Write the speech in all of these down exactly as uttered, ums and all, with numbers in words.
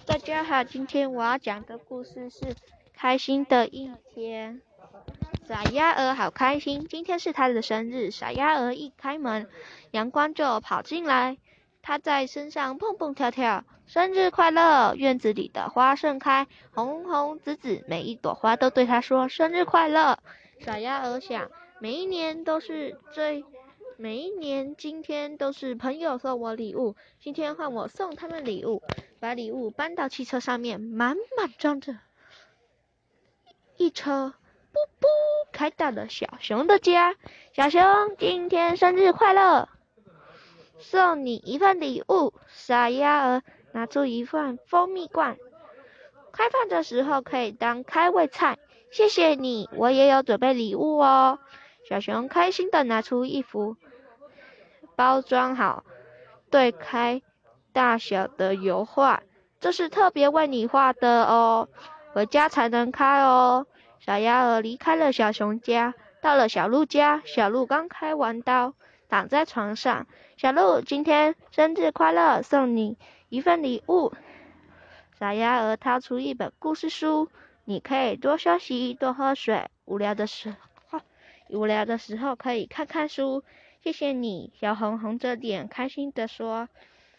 大家好，今天我要讲的故事是开心的一天。傻鸭儿好开心，今天是他的生日。傻鸭儿一开门，阳光就跑进来，他在身上蹦蹦跳跳。生日快乐！院子里的花盛开，红红紫紫，每一朵花都对他说生日快乐。傻鸭儿想，每一年都是最每一年今天都是朋友送我礼物，今天换我送他们礼物。把礼物搬到汽车上面，满满装着。一车布布开到了小熊的家。小熊，今天生日快乐！送你一份礼物。傻鸭儿拿出一份蜂蜜罐，开饭的时候可以当开胃菜。谢谢你，我也有准备礼物哦。小熊开心的拿出一幅包装好、对开大小的油画，这是特别为你画的哦，回家才能开哦。小鸭儿离开了小熊家，到了小鹿家。小鹿刚开完刀，躺在床上。小鹿，今天生日快乐，送你一份礼物。小鸭儿掏出一本故事书，你可以多休息，多喝水，无聊的时候，无聊的时候可以看看书。谢谢你，小红红着脸开心地说。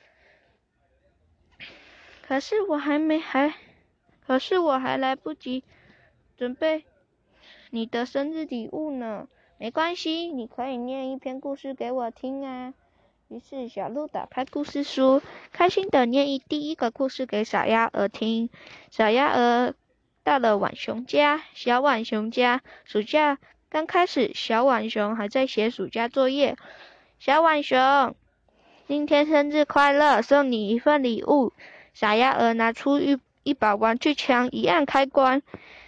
可是我还没还，可是我还来不及准备你的生日礼物呢。没关系，你可以念一篇故事给我听啊。于是小鹿打开故事书，开心的念一第一个故事给小鸭儿听。小鸭儿到了浣熊家，小浣熊家暑假刚开始，小浣熊还在写暑假作业。小浣熊，今天生日快乐，送你一份礼物。傻鸭儿拿出一一把玩具枪，一按开关，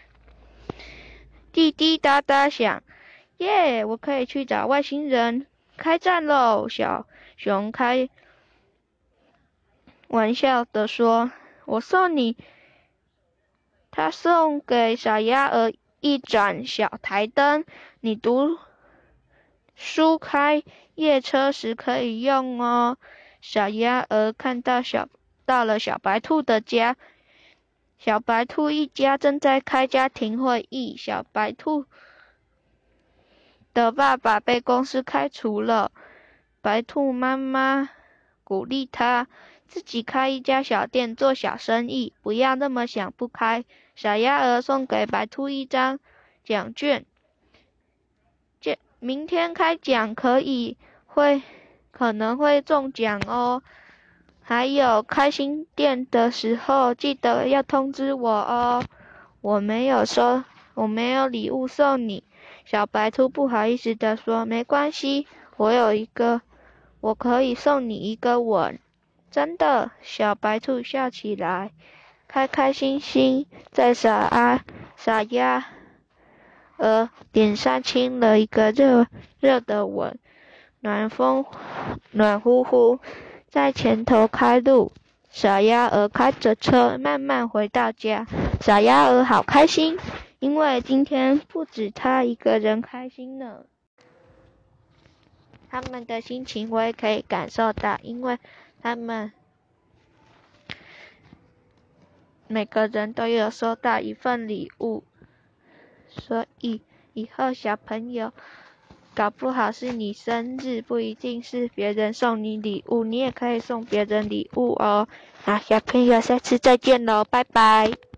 滴滴答答响，耶！我可以去找外星人，开战喽！小熊开玩笑的说：“我送你。”他送给傻鸭儿一盏小台灯，你读书开夜车时可以用哦。傻鸭儿看到小。到了小白兔的家，小白兔一家正在开家庭会议。小白兔的爸爸被公司开除了，白兔妈妈鼓励他自己开一家小店做小生意，不要那么想不开。小鸭儿送给白兔一张奖券，这明天开奖可以会可能会中奖哦。还有开新店的时候，记得要通知我哦。我没有收，我没有礼物送你。小白兔不好意思地说：“没关系，我有一个，我可以送你一个吻。”真的，小白兔笑起来，开开心心在傻啊傻鸭儿脸上亲了一个热热的吻，暖风暖乎乎。在前头开路，小鸭儿开着车慢慢回到家。小鸭儿好开心，因为今天不止他一个人开心呢。他们的心情我也可以感受到，因为他们每个人都有收到一份礼物，所以以后小朋友搞不好是你生日，不一定是别人送你礼物，你也可以送别人礼物哦。好，小朋友，下次再见喽，拜拜。